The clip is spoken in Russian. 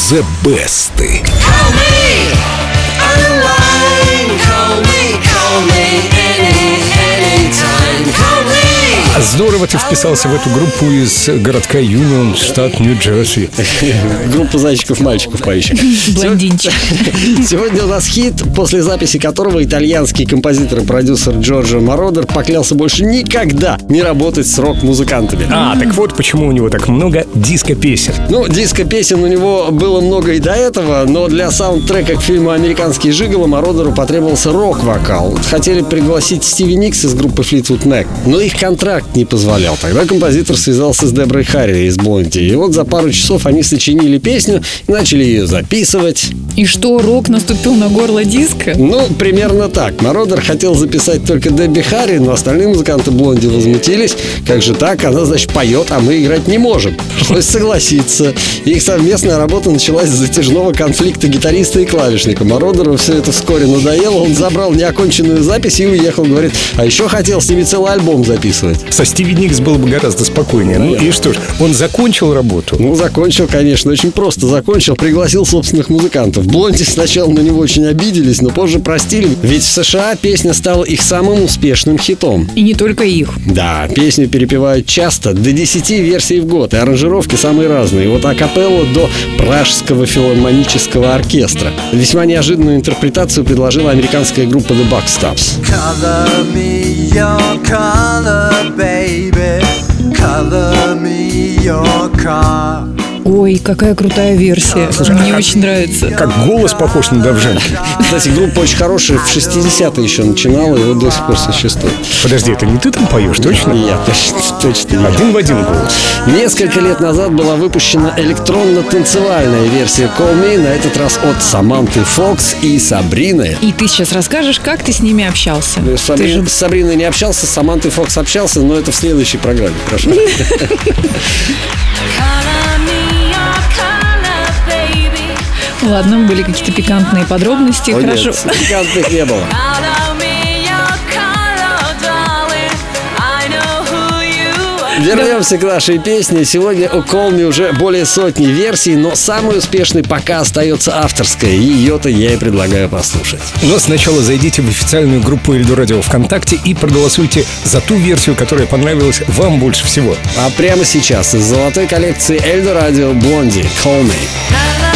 The Best. Здорово ты вписался в эту группу из городка Юнион, штат Нью-Джерси. Группа зайчиков-мальчиков поющих. Блондинчик. Сегодня у нас хит, после записи которого итальянский композитор и продюсер Джорджо Мородер поклялся больше никогда не работать с рок-музыкантами. Так вот почему у него так много диско-песен. Диско-песен у него было много и до этого, но для саундтрека к фильму «Американский жиголо» Мородеру потребовался рок-вокал. Хотели пригласить Стиви Никс из группы Fleetwood Mac, но их контракт не позволял. Тогда композитор связался с Деброй Харри из Блонди. И вот за пару часов они сочинили песню и начали ее записывать. И что, рок наступил на горло диска? Примерно так. Мородер хотел записать только Дебби Харри, но остальные музыканты Блонди возмутились. Как же так? Она, значит, поет, а мы играть не можем. Пришлось согласиться. Их совместная работа началась с затяжного конфликта гитариста и клавишника. Мородеру все это вскоре надоело. Он забрал неоконченную запись и уехал. Говорит, а еще хотел с ними целый альбом записывать. Со Стиви Никс было бы гораздо спокойнее. И что ж, он закончил работу? Закончил, конечно, очень просто закончил. Пригласил собственных музыкантов. Блонди сначала на него очень обиделись, но позже простили. Ведь в США песня стала их самым успешным хитом. И не только их. Да, песню перепевают часто, до 10 версий в год. И аранжировки самые разные. От акапелла до Пражского филармонического оркестра. Весьма неожиданную интерпретацию предложила американская группа The Buckstops. Color me your color, baby. Color me your car. Ой, какая крутая версия. Мне очень нравится. Как голос похож на Довженко. Кстати, группа очень хорошая, в 60-е еще начинала, и вот до сих пор существует. Подожди, это не ты там поешь, точно? Я точно. Один в один голос. Несколько лет назад была выпущена электронно-танцевальная версия Call Me, на этот раз от Саманты Фокс и Сабрины. И ты сейчас расскажешь, как ты с ними общался. С Сабриной не общался, с Самантой Фокс общался, но это в следующей программе. Хорошо. Ладно, были какие-то пикантные подробности. Хорошо. Нет, пикантных не было. Вернемся к нашей песне. Сегодня у Call Me уже более сотни версий, но самой успешной пока остается авторская. Ее-то я и предлагаю послушать. Но сначала зайдите в официальную группу Эльдо Радио ВКонтакте и проголосуйте за ту версию, которая понравилась вам больше всего. А прямо сейчас из золотой коллекции Эльдо Радио Блонди Call Me.